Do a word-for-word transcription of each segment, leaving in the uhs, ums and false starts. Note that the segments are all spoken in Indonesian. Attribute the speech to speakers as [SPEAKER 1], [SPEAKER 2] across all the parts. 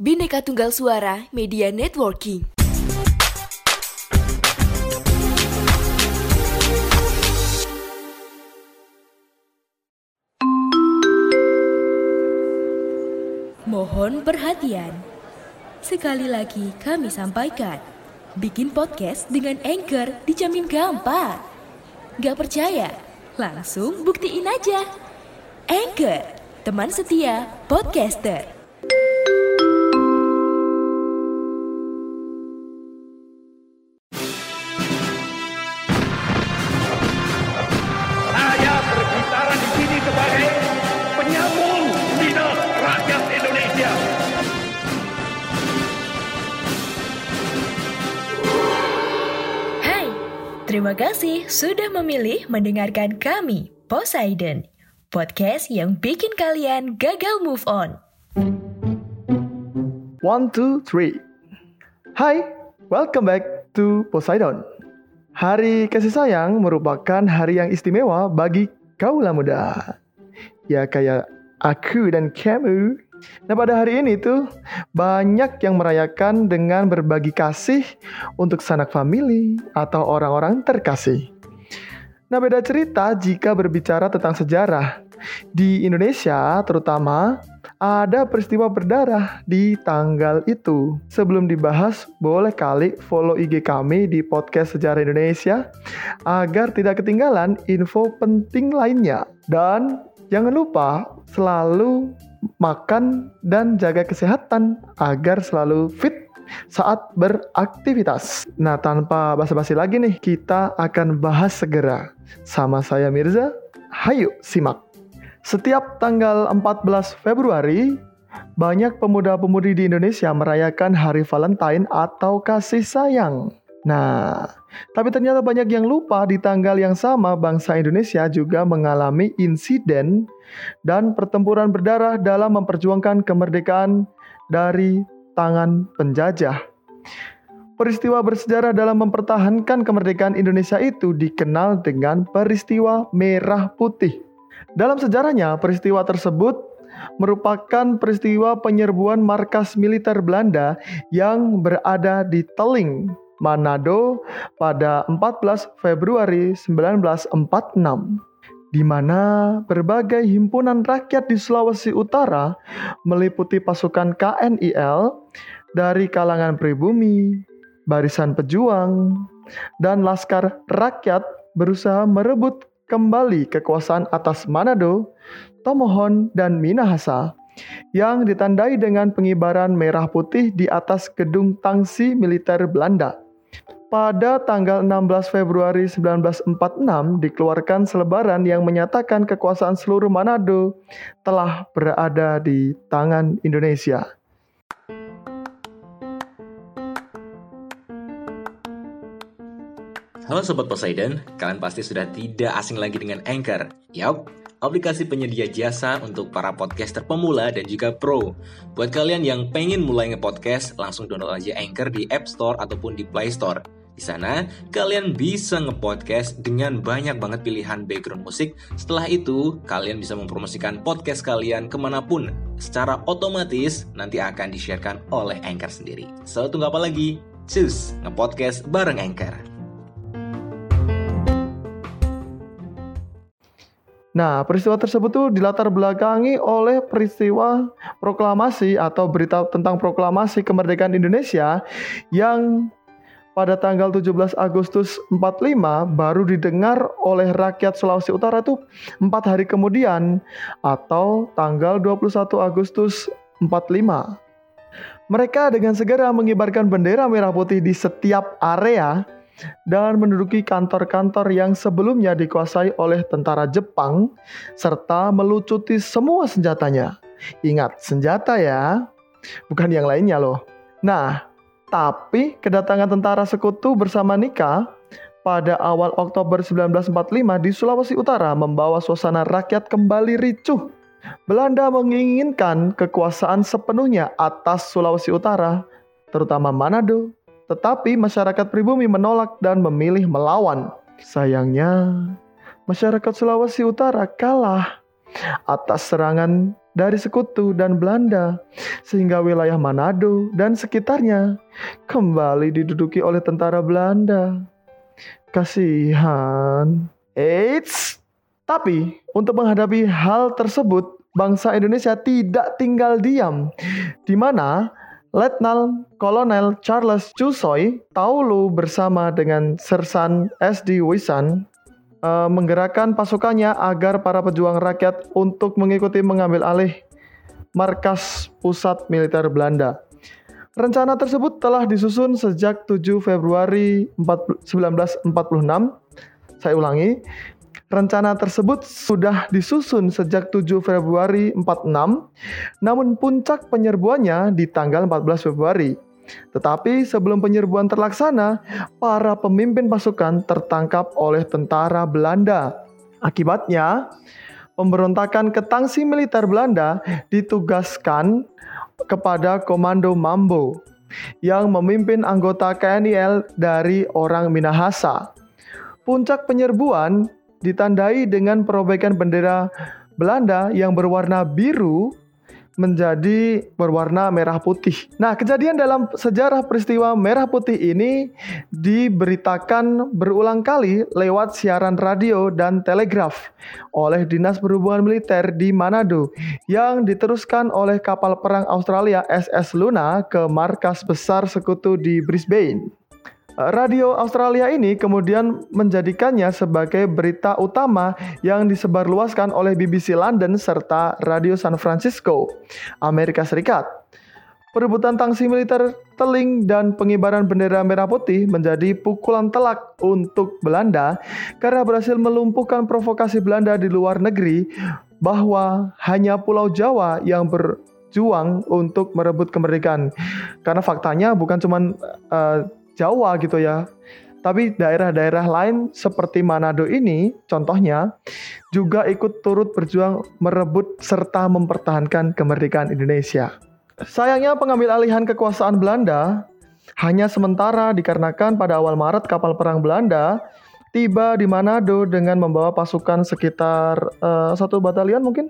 [SPEAKER 1] Bhinneka Tunggal Suara Media Networking. Mohon perhatian. Sekali lagi kami sampaikan, bikin podcast dengan Anchor dijamin gampang. Gak percaya? Langsung buktiin aja. Anchor, teman setia podcaster.
[SPEAKER 2] Saya berbicara di sini sebagai penyambung lidah rakyat Indonesia.
[SPEAKER 1] Hai, terima kasih sudah memilih mendengarkan kami, Poseidon, podcast yang bikin kalian gagal move on.
[SPEAKER 3] One, two, three. Hai, welcome back to Poseidon. Hari kasih sayang merupakan hari yang istimewa bagi kaula muda. Ya kayak aku dan kamu. Nah pada hari ini tuh banyak yang merayakan dengan berbagi kasih untuk sanak famili atau orang-orang terkasih. Nah beda cerita jika berbicara tentang sejarah. Di Indonesia terutama ada peristiwa berdarah di tanggal itu. Sebelum dibahas, boleh kali follow I G kami di Podcast Sejarah Indonesia agar tidak ketinggalan info penting lainnya. Dan jangan lupa selalu makan dan jaga kesehatan agar selalu fit saat beraktivitas. Nah, tanpa basa-basi lagi nih, kita akan bahas segera. Sama saya Mirza, hayu simak. Setiap tanggal empat belas Februari, banyak pemuda-pemudi di Indonesia merayakan Hari Valentine atau kasih sayang. Nah, tapi ternyata banyak yang lupa di tanggal yang sama bangsa Indonesia juga mengalami insiden dan pertempuran berdarah dalam memperjuangkan kemerdekaan dari tangan penjajah. Peristiwa bersejarah dalam mempertahankan kemerdekaan Indonesia itu dikenal dengan peristiwa Merah Putih. Dalam sejarahnya, peristiwa tersebut merupakan peristiwa penyerbuan markas militer Belanda yang berada di Teling, Manado pada empat belas Februari sembilan belas empat puluh enam, di mana berbagai himpunan rakyat di Sulawesi Utara meliputi pasukan K N I L dari kalangan pribumi, barisan pejuang, dan laskar rakyat berusaha merebut kembali kekuasaan atas Manado, Tomohon, dan Minahasa yang ditandai dengan pengibaran merah putih di atas gedung tangsi militer Belanda. Pada tanggal enam belas Februari sembilan belas empat puluh enam dikeluarkan selebaran yang menyatakan kekuasaan seluruh Manado telah berada di tangan Indonesia.
[SPEAKER 4] Halo Sobat Poseidon, kalian pasti sudah tidak asing lagi dengan Anchor. Yap, aplikasi penyedia jasa untuk para podcaster pemula dan juga pro. Buat kalian yang pengen mulai nge-podcast, langsung download aja Anchor di App Store ataupun di Play Store. Di sana, kalian bisa nge-podcast dengan banyak banget pilihan background musik. Setelah itu, kalian bisa mempromosikan podcast kalian kemanapun. Secara otomatis, nanti akan di-sharekan oleh Anchor sendiri. So, tunggu apa lagi? Cus, nge-podcast bareng Anchor.
[SPEAKER 3] Nah, peristiwa tersebut tuh dilatar belakangi oleh peristiwa proklamasi atau berita tentang proklamasi kemerdekaan Indonesia yang pada tanggal tujuh belas Agustus empat puluh lima baru didengar oleh rakyat Sulawesi Utara tuh empat hari kemudian atau tanggal dua puluh satu Agustus empat puluh lima. Mereka dengan segera mengibarkan bendera merah putih di setiap area dan menduduki kantor-kantor yang sebelumnya dikuasai oleh tentara Jepang serta melucuti semua senjatanya. Ingat, senjata ya, bukan yang lainnya loh. Nah, tapi kedatangan tentara sekutu bersama Nika pada awal Oktober sembilan belas empat puluh lima di Sulawesi Utara membawa suasana rakyat kembali ricuh. Belanda menginginkan kekuasaan sepenuhnya atas Sulawesi Utara, terutama Manado. Tetapi masyarakat pribumi menolak dan memilih melawan. Sayangnya, masyarakat Sulawesi Utara kalah atas serangan dari sekutu dan Belanda, sehingga wilayah Manado dan sekitarnya kembali diduduki oleh tentara Belanda. Kasihan. Eits, tapi untuk menghadapi hal tersebut, bangsa Indonesia tidak tinggal diam, di mana Letnan Kolonel Charles Chusoy Taulu bersama dengan Sersan S D Wisan uh, menggerakkan pasukannya agar para pejuang rakyat untuk mengikuti mengambil alih markas pusat militer Belanda. Rencana tersebut telah disusun sejak tujuh Februari sembilan belas empat puluh enam. Saya ulangi, rencana tersebut sudah disusun sejak tujuh Februari empat puluh enam, namun puncak penyerbuannya di tanggal empat belas Februari. Tetapi sebelum penyerbuan terlaksana, para pemimpin pasukan tertangkap oleh tentara Belanda. Akibatnya, pemberontakan ke tangsi militer Belanda ditugaskan kepada Komando Mambo yang memimpin anggota K N I L dari orang Minahasa. Puncak penyerbuan ditandai dengan perobekan bendera Belanda yang berwarna biru menjadi berwarna merah putih. Nah, kejadian dalam sejarah peristiwa merah putih ini diberitakan berulang kali lewat siaran radio dan telegraf oleh Dinas Perhubungan Militer di Manado yang diteruskan oleh kapal perang Australia S S Luna ke markas besar sekutu di Brisbane. Radio Australia ini kemudian menjadikannya sebagai berita utama yang disebarluaskan oleh B B C London serta Radio San Francisco, Amerika Serikat. Perebutan tangsi militer Teling dan pengibaran bendera merah putih menjadi pukulan telak untuk Belanda karena berhasil melumpuhkan provokasi Belanda di luar negeri bahwa hanya Pulau Jawa yang berjuang untuk merebut kemerdekaan. Karena faktanya bukan cuma uh, Jawa gitu ya, tapi daerah-daerah lain seperti Manado ini contohnya juga ikut turut berjuang merebut serta mempertahankan kemerdekaan Indonesia. Sayangnya pengambil alihan kekuasaan Belanda hanya sementara dikarenakan pada awal Maret kapal perang Belanda tiba di Manado dengan membawa pasukan sekitar uh, satu batalion mungkin.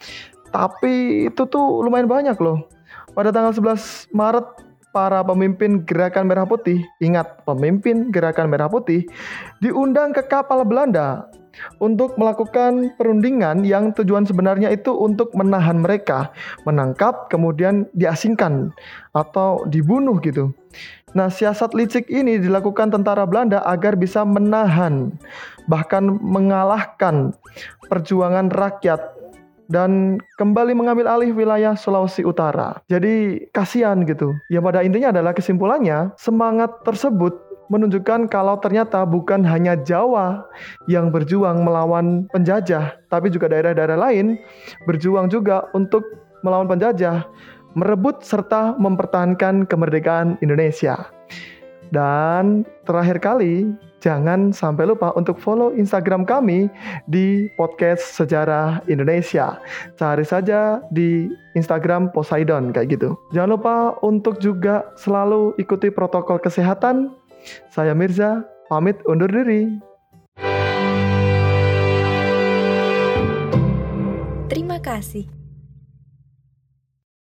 [SPEAKER 3] Tapi itu tuh lumayan banyak loh. Pada tanggal sebelas Maret para pemimpin Gerakan Merah Putih, ingat pemimpin Gerakan Merah Putih, diundang ke kapal Belanda untuk melakukan perundingan yang tujuan sebenarnya itu untuk menahan mereka, menangkap kemudian diasingkan atau dibunuh gitu. Nah, siasat licik ini dilakukan tentara Belanda agar bisa menahan, bahkan mengalahkan perjuangan rakyat dan kembali mengambil alih wilayah Sulawesi Utara. Jadi kasihan gitu. Ya pada intinya adalah kesimpulannya, semangat tersebut menunjukkan kalau ternyata bukan hanya Jawa yang berjuang melawan penjajah, tapi juga daerah-daerah lain berjuang juga untuk melawan penjajah, merebut serta mempertahankan kemerdekaan Indonesia. Dan terakhir kali, jangan sampai lupa untuk follow Instagram kami di Podcast Sejarah Indonesia. Cari saja di Instagram Poseidon kayak gitu. Jangan lupa untuk juga selalu ikuti protokol kesehatan. Saya Mirza, pamit undur diri.
[SPEAKER 1] Terima kasih.